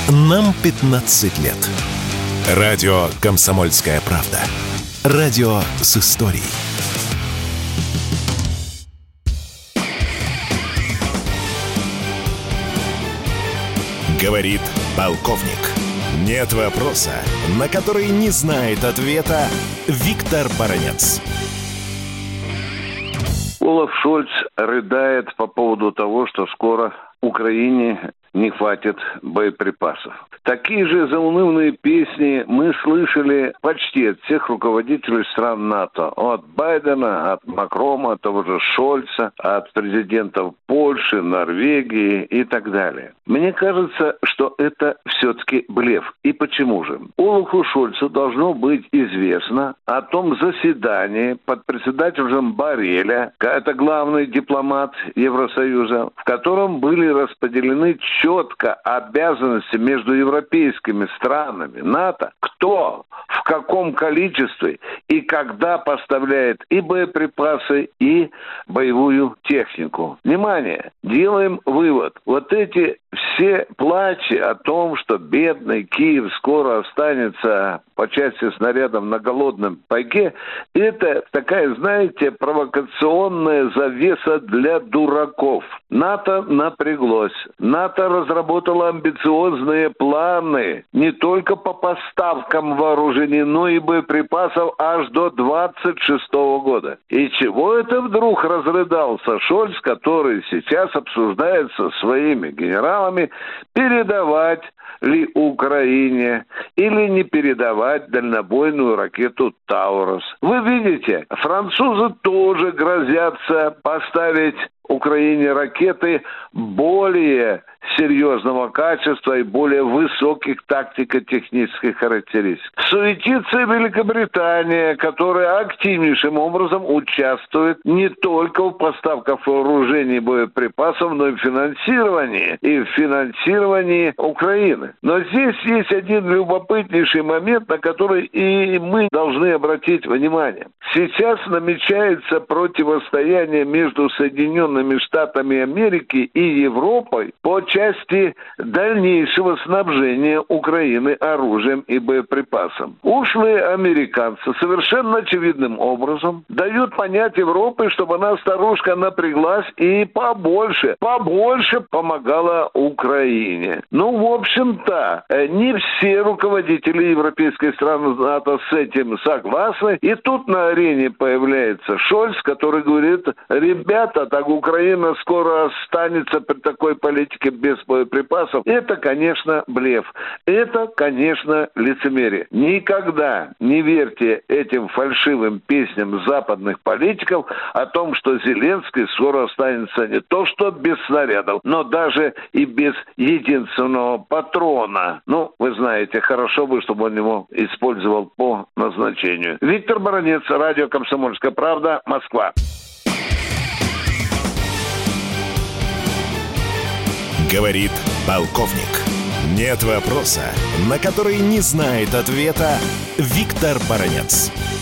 Нам 15 лет. Радио «Комсомольская правда». Радио с историей. Говорит полковник. Нет вопроса, на который не знает ответа Виктор Баранец. Олаф Шольц рыдает по поводу того, что скоро Украине не хватит боеприпасов. Такие же заунывные песни мы слышали почти от всех руководителей стран НАТО. От Байдена, от Макрона, от того же Шольца, от президентов Польши, Норвегии и так далее. Мне кажется, что это все-таки блеф. И почему же? Олафу Шольцу должно быть известно о том заседании под председателем Борреля, это главный дипломат Евросоюза, в котором были распределены четко обязанности между европейскими странами НАТО, кто, в каком количестве и когда поставляет и боеприпасы, и боевую технику. Внимание! Делаем вывод. Вот эти все плачи о том, что бедный Киев скоро останется по части снарядов на голодном пайке, это такая, знаете, провокационная завеса для дураков. НАТО напряглось. НАТО разработало амбициозные планы не только по поставкам вооружений, но и боеприпасов аж до 26 года. И чего это вдруг разрыдался Шольц, который сейчас обсуждает со своими генералами, передавать ли Украине или не передавать дальнобойную ракету «Таурус». Вы видите, французы тоже грозятся поставить Украине ракеты более серьезного качества и более высоких тактико-технических характеристик. Суетится Великобритания, которая активнейшим образом участвует не только в поставках вооружений и боеприпасов, но и в финансировании Украины. Но здесь есть один любопытнейший момент, на который и мы должны обратить внимание. Сейчас намечается противостояние между Соединенными Штатами Америки и Европой по части дальнейшего снабжения Украины оружием и боеприпасом. Ушлые американцы совершенно очевидным образом дают понять Европе, чтобы она, старушка, напряглась и побольше помогала Украине. Ну, в общем-то, не все руководители европейских стран НАТО с этим согласны. И тут на арене появляется Шольц, который говорит: ребята, так Украина скоро останется при такой политике без боеприпасов. Это, конечно, блеф. Это, конечно, лицемерие. Никогда не верьте этим фальшивым песням западных политиков о том, что Зеленский скоро останется не то что без снарядов, но даже и без единственного патрона. Ну, вы знаете, хорошо бы, чтобы он его использовал по назначению. Виктор Баранец, радио «Комсомольская правда», Москва. Говорит полковник. Нет вопроса, на который не знает ответа Виктор Баранец.